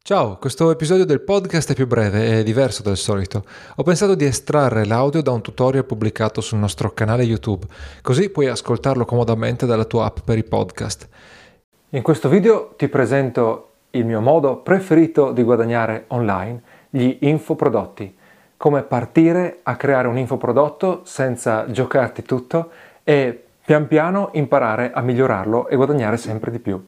Ciao, questo episodio del podcast è più breve e diverso del solito. Ho pensato di estrarre l'audio da un tutorial pubblicato sul nostro canale YouTube, così puoi ascoltarlo comodamente dalla tua app per i podcast. In questo video ti presento il mio modo preferito di guadagnare online, gli infoprodotti. Come partire a creare un infoprodotto senza giocarti tutto e pian piano imparare a migliorarlo e guadagnare sempre di più.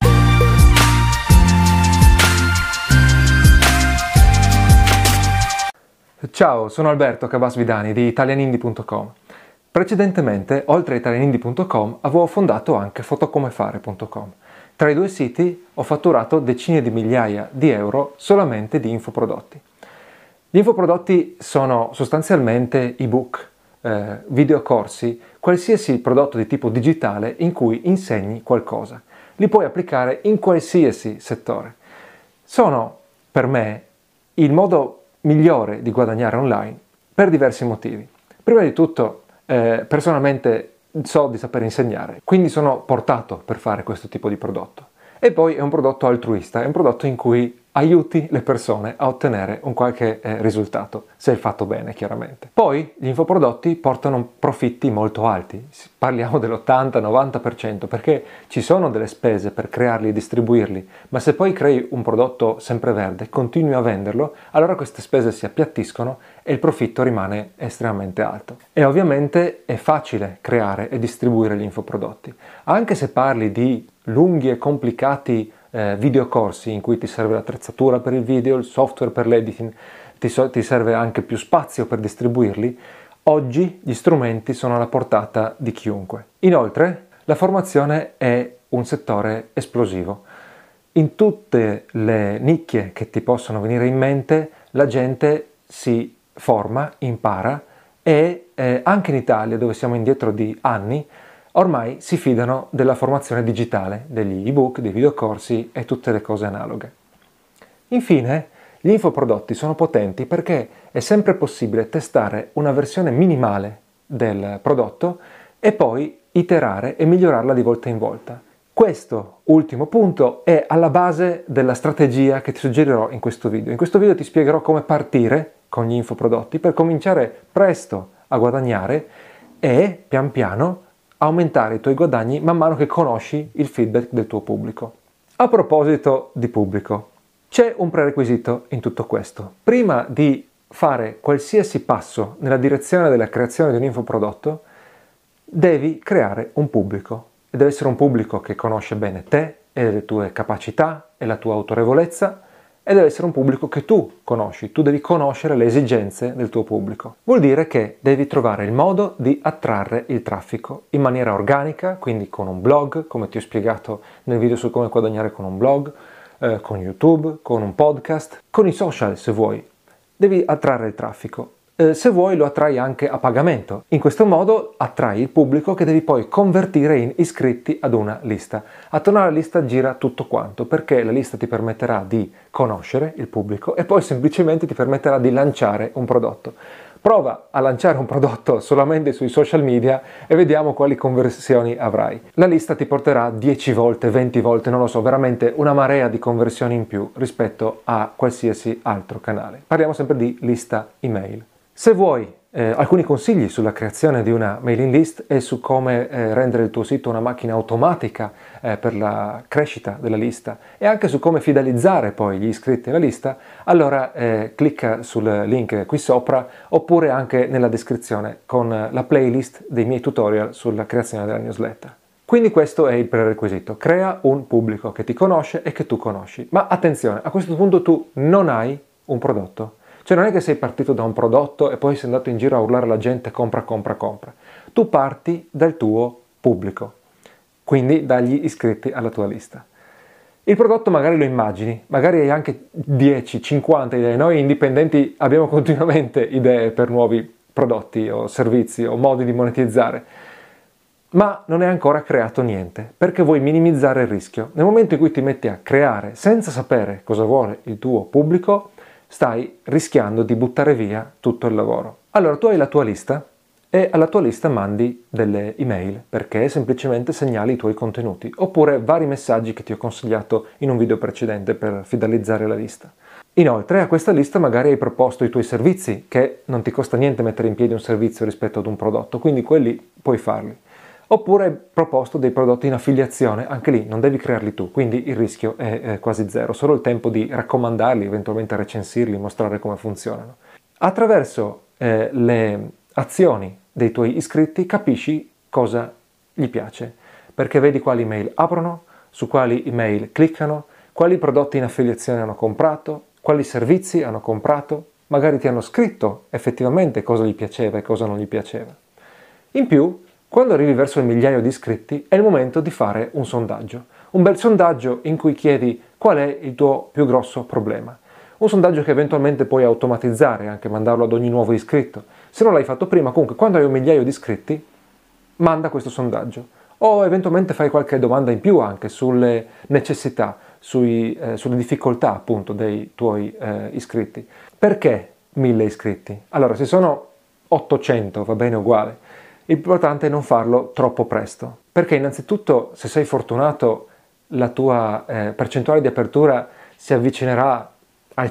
Ciao, sono Alberto Cabasvidani di italianindie.com. Precedentemente, oltre a italianindie.com, avevo fondato anche fotocomefare.com. Tra i due siti ho fatturato decine di migliaia di euro solamente di infoprodotti. Gli infoprodotti sono sostanzialmente ebook, videocorsi, qualsiasi prodotto di tipo digitale in cui insegni qualcosa. Li puoi applicare in qualsiasi settore. Sono, per me, il modo migliore di guadagnare online per diversi motivi. Prima di tutto, personalmente so di saper insegnare, quindi sono portato per fare questo tipo di prodotto. E poi è un prodotto altruista, è un prodotto in cui aiuti le persone a ottenere un qualche risultato, se è fatto bene chiaramente. Poi gli infoprodotti portano profitti molto alti, parliamo dell'80-90%, perché ci sono delle spese per crearli e distribuirli, ma se poi crei un prodotto sempreverde, continui a venderlo, allora queste spese si appiattiscono e il profitto rimane estremamente alto. E ovviamente è facile creare e distribuire gli infoprodotti, anche se parli di lunghi e complicati videocorsi in cui ti serve l'attrezzatura per il video, il software per l'editing, ti serve anche più spazio per distribuirli. Oggi gli strumenti sono alla portata di chiunque. Inoltre, la formazione è un settore esplosivo. In tutte le nicchie che ti possono venire in mente, la gente si forma, impara e anche in Italia, dove siamo indietro di anni, ormai si fidano della formazione digitale, degli ebook, dei videocorsi e tutte le cose analoghe. Infine, gli infoprodotti sono potenti perché è sempre possibile testare una versione minimale del prodotto e poi iterare e migliorarla di volta in volta. Questo ultimo punto è alla base della strategia che ti suggerirò in questo video. In questo video ti spiegherò come partire con gli infoprodotti per cominciare presto a guadagnare e pian piano aumentare i tuoi guadagni man mano che conosci il feedback del tuo pubblico. A proposito di pubblico, c'è un prerequisito in tutto questo. Prima di fare qualsiasi passo nella direzione della creazione di un infoprodotto, devi creare un pubblico. E deve essere un pubblico che conosce bene te e le tue capacità e la tua autorevolezza, e deve essere un pubblico che tu conosci, tu devi conoscere le esigenze del tuo pubblico. Vuol dire che devi trovare il modo di attrarre il traffico in maniera organica, quindi con un blog, come ti ho spiegato nel video su come guadagnare con un blog, con YouTube, con un podcast, con i social se vuoi. Devi attrarre il traffico. Se vuoi lo attrai anche a pagamento. In questo modo attrai il pubblico che devi poi convertire in iscritti ad una lista. Attorno alla lista gira tutto quanto, perché la lista ti permetterà di conoscere il pubblico e poi semplicemente ti permetterà di lanciare un prodotto. Prova a lanciare un prodotto solamente sui social media e vediamo quali conversioni avrai. La lista ti porterà 10 volte, 20 volte, non lo so, veramente una marea di conversioni in più rispetto a qualsiasi altro canale. Parliamo sempre di lista email. Se vuoi alcuni consigli sulla creazione di una mailing list e su come rendere il tuo sito una macchina automatica per la crescita della lista e anche su come fidelizzare poi gli iscritti alla lista, allora clicca sul link qui sopra oppure anche nella descrizione con la playlist dei miei tutorial sulla creazione della newsletter. Quindi questo è il prerequisito, crea un pubblico che ti conosce e che tu conosci. Ma attenzione, a questo punto tu non hai un prodotto. Cioè non è che sei partito da un prodotto e poi sei andato in giro a urlare alla gente compra, compra, compra. Tu parti dal tuo pubblico, quindi dagli iscritti alla tua lista. Il prodotto magari lo immagini, magari hai anche 10, 50 idee. Noi indipendenti abbiamo continuamente idee per nuovi prodotti o servizi o modi di monetizzare, ma non è ancora creato niente, perché vuoi minimizzare il rischio. Nel momento in cui ti metti a creare senza sapere cosa vuole il tuo pubblico, stai rischiando di buttare via tutto il lavoro. Allora tu hai la tua lista e alla tua lista mandi delle email perché semplicemente segnali i tuoi contenuti oppure vari messaggi che ti ho consigliato in un video precedente per fidelizzare la lista. Inoltre a questa lista magari hai proposto i tuoi servizi, che non ti costa niente mettere in piedi un servizio rispetto ad un prodotto, quindi quelli puoi farli. Oppure hai proposto dei prodotti in affiliazione, anche lì non devi crearli tu, quindi il rischio è quasi zero, solo il tempo di raccomandarli, eventualmente recensirli, mostrare come funzionano. Attraverso le azioni dei tuoi iscritti capisci cosa gli piace, perché vedi quali email aprono, su quali email cliccano, quali prodotti in affiliazione hanno comprato, quali servizi hanno comprato, magari ti hanno scritto effettivamente cosa gli piaceva e cosa non gli piaceva. In più, quando arrivi verso il migliaio di iscritti, è il momento di fare un sondaggio. Un bel sondaggio in cui chiedi qual è il tuo più grosso problema. Un sondaggio che eventualmente puoi automatizzare, anche mandarlo ad ogni nuovo iscritto. Se non l'hai fatto prima, comunque quando hai un migliaio di iscritti, manda questo sondaggio. O eventualmente fai qualche domanda in più anche sulle necessità, sulle difficoltà appunto dei tuoi iscritti. Perché 1000 iscritti? Allora, se sono 800 va bene uguale. L'importante è non farlo troppo presto, perché innanzitutto se sei fortunato la tua percentuale di apertura si avvicinerà al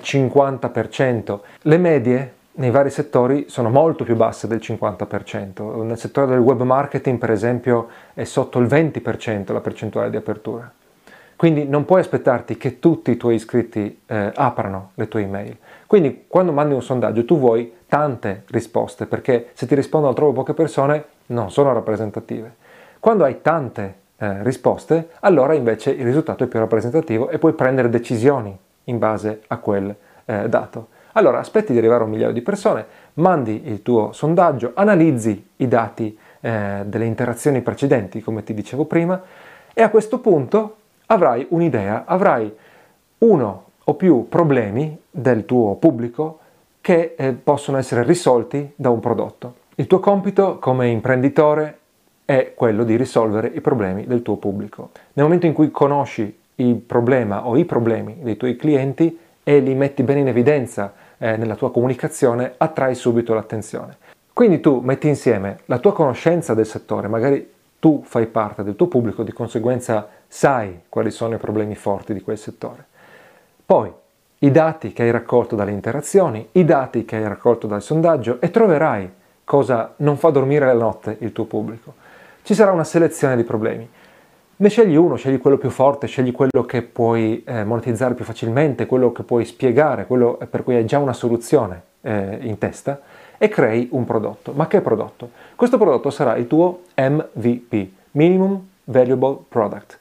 50%. Le medie nei vari settori sono molto più basse del 50%. Nel settore del web marketing, per esempio, è sotto il 20% la percentuale di apertura. Quindi non puoi aspettarti che tutti i tuoi iscritti aprano le tue email. Quindi quando mandi un sondaggio tu vuoi tante risposte, perché se ti rispondono troppo poche persone non sono rappresentative. Quando hai tante risposte, allora invece il risultato è più rappresentativo e puoi prendere decisioni in base a quel dato. Allora aspetti di arrivare a 1 migliaio di persone, mandi il tuo sondaggio, analizzi i dati delle interazioni precedenti, come ti dicevo prima, e a questo punto avrai un'idea, avrai uno o più problemi del tuo pubblico che possono essere risolti da un prodotto. Il tuo compito come imprenditore è quello di risolvere i problemi del tuo pubblico. Nel momento in cui conosci il problema o i problemi dei tuoi clienti e li metti bene in evidenza nella tua comunicazione, attrai subito l'attenzione. Quindi tu metti insieme la tua conoscenza del settore, magari tu fai parte del tuo pubblico, di conseguenza sai quali sono i problemi forti di quel settore. Poi i dati che hai raccolto dalle interazioni, i dati che hai raccolto dal sondaggio e troverai cosa non fa dormire la notte il tuo pubblico. Ci sarà una selezione di problemi. Ne scegli uno, scegli quello più forte, scegli quello che puoi monetizzare più facilmente, quello che puoi spiegare, quello per cui hai già una soluzione in testa e crei un prodotto. Ma che prodotto? Questo prodotto sarà il tuo MVP, Minimum Valuable Product,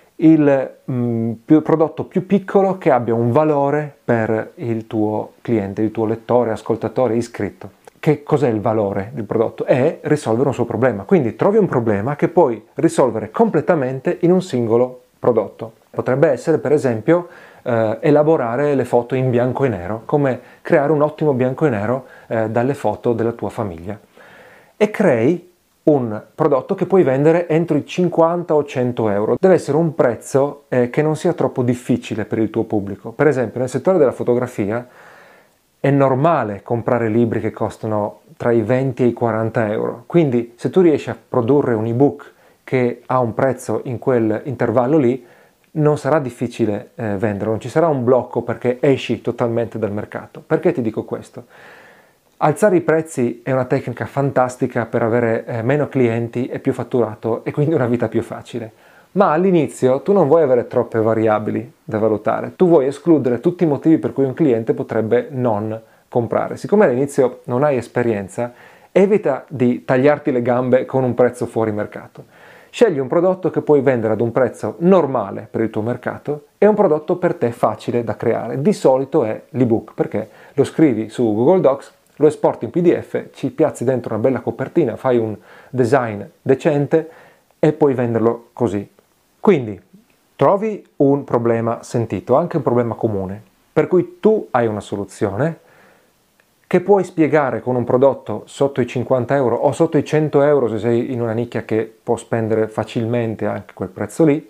il prodotto più piccolo che abbia un valore per il tuo cliente, il tuo lettore, ascoltatore, iscritto. Che cos'è il valore del prodotto? È risolvere un suo problema. Quindi trovi un problema che puoi risolvere completamente in un singolo prodotto. Potrebbe essere, per esempio, elaborare le foto in bianco e nero, come creare un ottimo bianco e nero dalle foto della tua famiglia. E crei un prodotto che puoi vendere entro i 50 o 100 euro. Deve essere un prezzo che non sia troppo difficile per il tuo pubblico. Per esempio, nel settore della fotografia è normale comprare libri che costano tra i 20 e i 40 euro. Quindi se tu riesci a produrre un ebook che ha un prezzo in quel intervallo lì, non sarà difficile venderlo, non ci sarà un blocco perché esci totalmente dal mercato. Perché ti dico questo? Alzare i prezzi è una tecnica fantastica per avere meno clienti e più fatturato e quindi una vita più facile. Ma all'inizio tu non vuoi avere troppe variabili da valutare, tu vuoi escludere tutti i motivi per cui un cliente potrebbe non comprare. Siccome all'inizio non hai esperienza, evita di tagliarti le gambe con un prezzo fuori mercato. Scegli un prodotto che puoi vendere ad un prezzo normale per il tuo mercato e un prodotto per te facile da creare. Di solito è l'ebook, perché lo scrivi su Google Docs, lo esporti in PDF, ci piazzi dentro una bella copertina, fai un design decente e puoi venderlo così. Quindi trovi un problema sentito, anche un problema comune, per cui tu hai una soluzione che puoi spiegare con un prodotto sotto i 50 euro o sotto i 100 euro se sei in una nicchia che può spendere facilmente anche quel prezzo lì,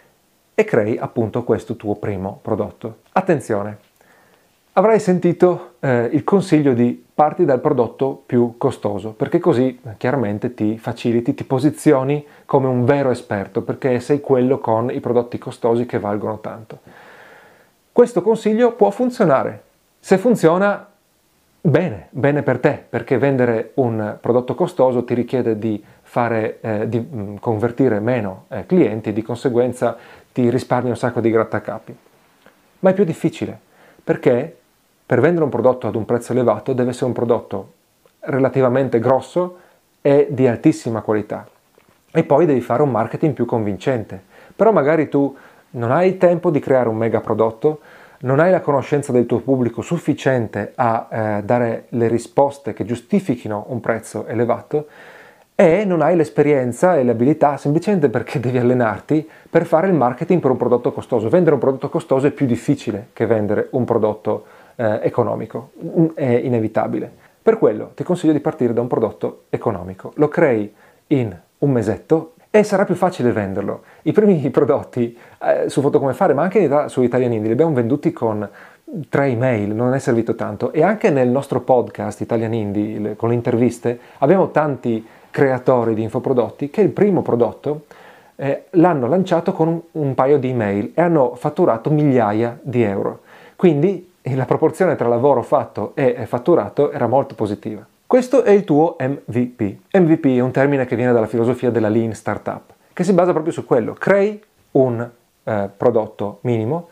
e crei appunto questo tuo primo prodotto. Attenzione, avrai sentito il consiglio di parti dal prodotto più costoso, perché così chiaramente ti faciliti, ti posizioni come un vero esperto, perché sei quello con i prodotti costosi che valgono tanto. Questo consiglio può funzionare. Se funziona, bene, bene per te, perché vendere un prodotto costoso ti richiede di convertire meno clienti, di conseguenza ti risparmi un sacco di grattacapi. Ma è più difficile, perché per vendere un prodotto ad un prezzo elevato deve essere un prodotto relativamente grosso e di altissima qualità. E poi devi fare un marketing più convincente. Però magari tu non hai il tempo di creare un mega prodotto, non hai la conoscenza del tuo pubblico sufficiente a dare le risposte che giustifichino un prezzo elevato e non hai l'esperienza e le abilità semplicemente perché devi allenarti per fare il marketing per un prodotto costoso. Vendere un prodotto costoso è più difficile che vendere un prodotto economico, è inevitabile. Per quello ti consiglio di partire da un prodotto economico. Lo crei in un mesetto e sarà più facile venderlo. I primi prodotti su Foto Come Fare, ma anche su Italian Indie, li abbiamo venduti con 3 email, non è servito tanto. E anche nel nostro podcast Italian Indie, con le interviste, abbiamo tanti creatori di infoprodotti che il primo prodotto l'hanno lanciato con un paio di email e hanno fatturato migliaia di euro. Quindi la proporzione tra lavoro fatto e fatturato era molto positiva. Questo è il tuo MVP. MVP è un termine che viene dalla filosofia della Lean Startup, che si basa proprio su quello. Crei un prodotto minimo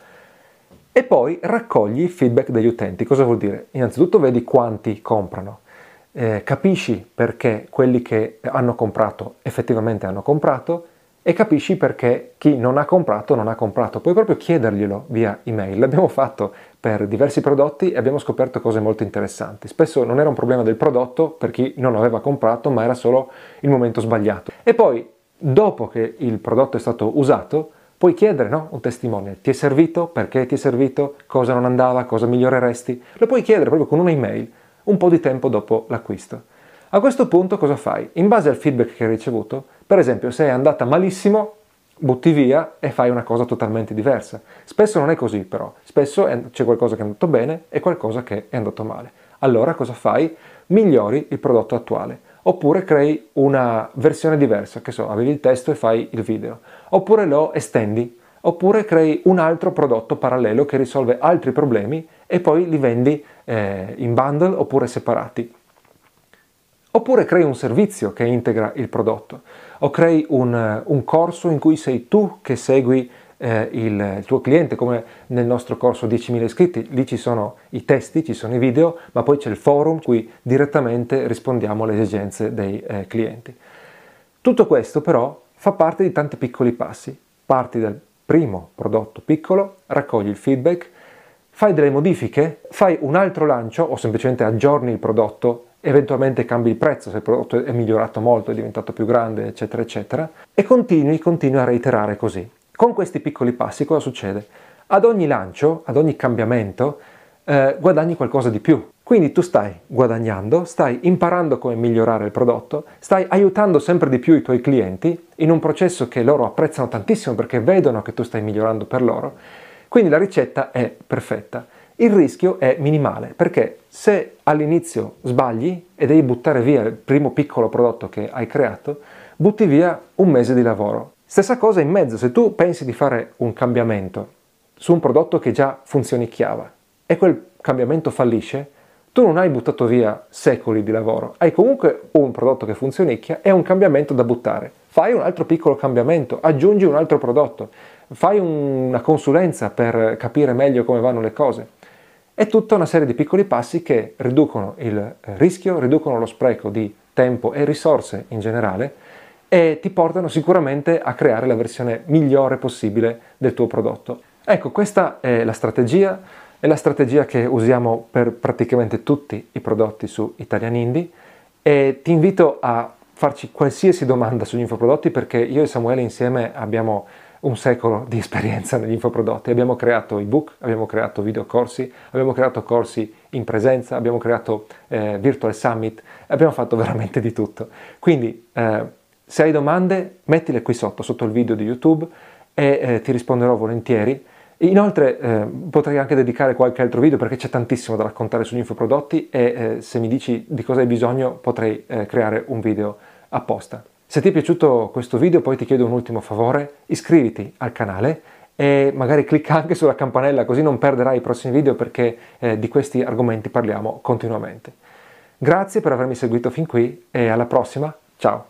e poi raccogli il feedback degli utenti. Cosa vuol dire? Innanzitutto vedi quanti comprano, capisci perché quelli che hanno comprato effettivamente hanno comprato e capisci perché chi non ha comprato non ha comprato. Puoi proprio chiederglielo via email. L'abbiamo fatto per diversi prodotti e abbiamo scoperto cose molto interessanti. Spesso non era un problema del prodotto per chi non aveva comprato, ma era solo il momento sbagliato. E poi, dopo che il prodotto è stato usato, puoi chiedere, no? Un testimonial. Ti è servito? Perché ti è servito? Cosa non andava? Cosa miglioreresti? Lo puoi chiedere proprio con un'email un po' di tempo dopo l'acquisto. A questo punto cosa fai? In base al feedback che hai ricevuto, per esempio, se è andata malissimo, butti via e fai una cosa totalmente diversa. Spesso non è così però, spesso c'è qualcosa che è andato bene e qualcosa che è andato male. Allora cosa fai? Migliori il prodotto attuale, oppure crei una versione diversa, che so, avevi il testo e fai il video, oppure lo estendi, oppure crei un altro prodotto parallelo che risolve altri problemi e poi li vendi in bundle oppure separati. Oppure crei un servizio che integra il prodotto, o crei un corso in cui sei tu che segui il tuo cliente, come nel nostro corso 10.000 iscritti. Lì ci sono i testi, ci sono i video, ma poi c'è il forum in cui direttamente rispondiamo alle esigenze dei clienti. Tutto questo però fa parte di tanti piccoli passi. Parti dal primo prodotto piccolo, raccogli il feedback, fai delle modifiche, fai un altro lancio o semplicemente aggiorni il prodotto, eventualmente cambi il prezzo se il prodotto è migliorato molto, è diventato più grande, eccetera, eccetera, e continui a reiterare così. Con questi piccoli passi cosa succede? Ad ogni lancio, ad ogni cambiamento, guadagni qualcosa di più. Quindi tu stai guadagnando, stai imparando come migliorare il prodotto, stai aiutando sempre di più i tuoi clienti in un processo che loro apprezzano tantissimo perché vedono che tu stai migliorando per loro. Quindi la ricetta è perfetta. Il rischio è minimale, perché se all'inizio sbagli e devi buttare via il primo piccolo prodotto che hai creato, butti via un mese di lavoro. Stessa cosa in mezzo, se tu pensi di fare un cambiamento su un prodotto che già funzionicchiava e quel cambiamento fallisce, tu non hai buttato via secoli di lavoro, hai comunque un prodotto che funzionicchia e un cambiamento da buttare. Fai un altro piccolo cambiamento, aggiungi un altro prodotto, fai una consulenza per capire meglio come vanno le cose. È tutta una serie di piccoli passi che riducono il rischio, riducono lo spreco di tempo e risorse in generale e ti portano sicuramente a creare la versione migliore possibile del tuo prodotto. Ecco, questa è la strategia che usiamo per praticamente tutti i prodotti su Italian Indie e ti invito a farci qualsiasi domanda sugli infoprodotti perché io e Samuele insieme abbiamo un secolo di esperienza negli infoprodotti. Abbiamo creato ebook, abbiamo creato videocorsi, abbiamo creato corsi in presenza, abbiamo creato virtual summit, abbiamo fatto veramente di tutto. Quindi se hai domande mettile qui sotto il video di YouTube e ti risponderò volentieri. Inoltre potrei anche dedicare qualche altro video perché c'è tantissimo da raccontare sugli infoprodotti e se mi dici di cosa hai bisogno potrei creare un video apposta. Se ti è piaciuto questo video poi ti chiedo un ultimo favore, iscriviti al canale e magari clicca anche sulla campanella, così non perderai i prossimi video, perché di questi argomenti parliamo continuamente. Grazie per avermi seguito fin qui e alla prossima, ciao!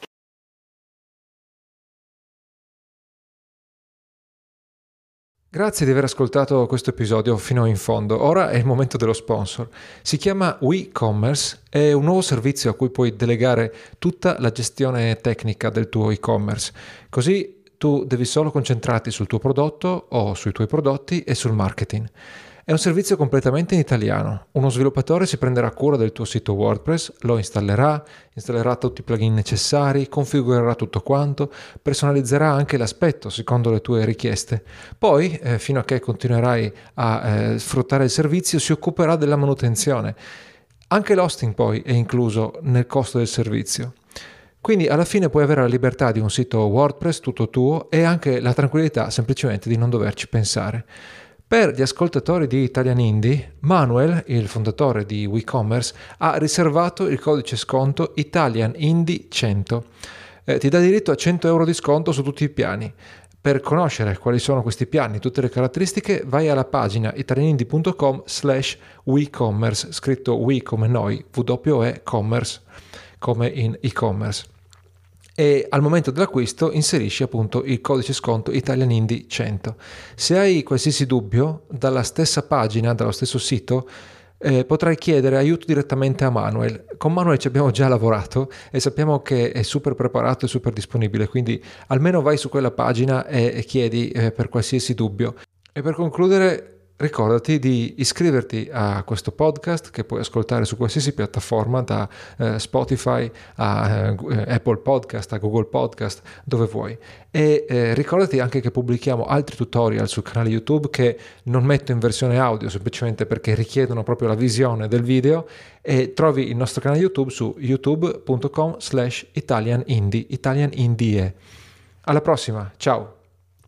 Grazie di aver ascoltato questo episodio fino in fondo. Ora è il momento dello sponsor. Si chiama WeCommerce, è un nuovo servizio a cui puoi delegare tutta la gestione tecnica del tuo e-commerce. Così tu devi solo concentrarti sul tuo prodotto o sui tuoi prodotti e sul marketing. È un servizio completamente in italiano. Uno sviluppatore si prenderà cura del tuo sito WordPress, lo installerà tutti i plugin necessari, configurerà tutto quanto, personalizzerà anche l'aspetto secondo le tue richieste. Poi, fino a che continuerai a sfruttare il servizio, si occuperà della manutenzione. Anche l'hosting poi è incluso nel costo del servizio. Quindi alla fine puoi avere la libertà di un sito WordPress tutto tuo e anche la tranquillità semplicemente di non doverci pensare. Per gli ascoltatori di Italian Indie, Manuel, il fondatore di WeCommerce, ha riservato il codice sconto Italian Indie 100. Ti dà diritto a 100 euro di sconto su tutti i piani. Per conoscere quali sono questi piani, tutte le caratteristiche, vai alla pagina italianindie.com/WeCommerce, scritto We come noi, W-E commerce, come in e-commerce. E al momento dell'acquisto inserisci appunto il codice sconto Italian Indie 100. Se hai qualsiasi dubbio, dalla stessa pagina, dallo stesso sito, potrai chiedere aiuto direttamente a Manuel. Con Manuel ci abbiamo già lavorato e sappiamo che è super preparato e super disponibile, quindi almeno vai su quella pagina e chiedi per qualsiasi dubbio. E per concludere, ricordati di iscriverti a questo podcast che puoi ascoltare su qualsiasi piattaforma, da Spotify a Apple Podcast, a Google Podcast, dove vuoi. E ricordati anche che pubblichiamo altri tutorial sul canale YouTube che non metto in versione audio semplicemente perché richiedono proprio la visione del video, e trovi il nostro canale YouTube su youtube.com/ItalianIndie. Alla prossima, ciao!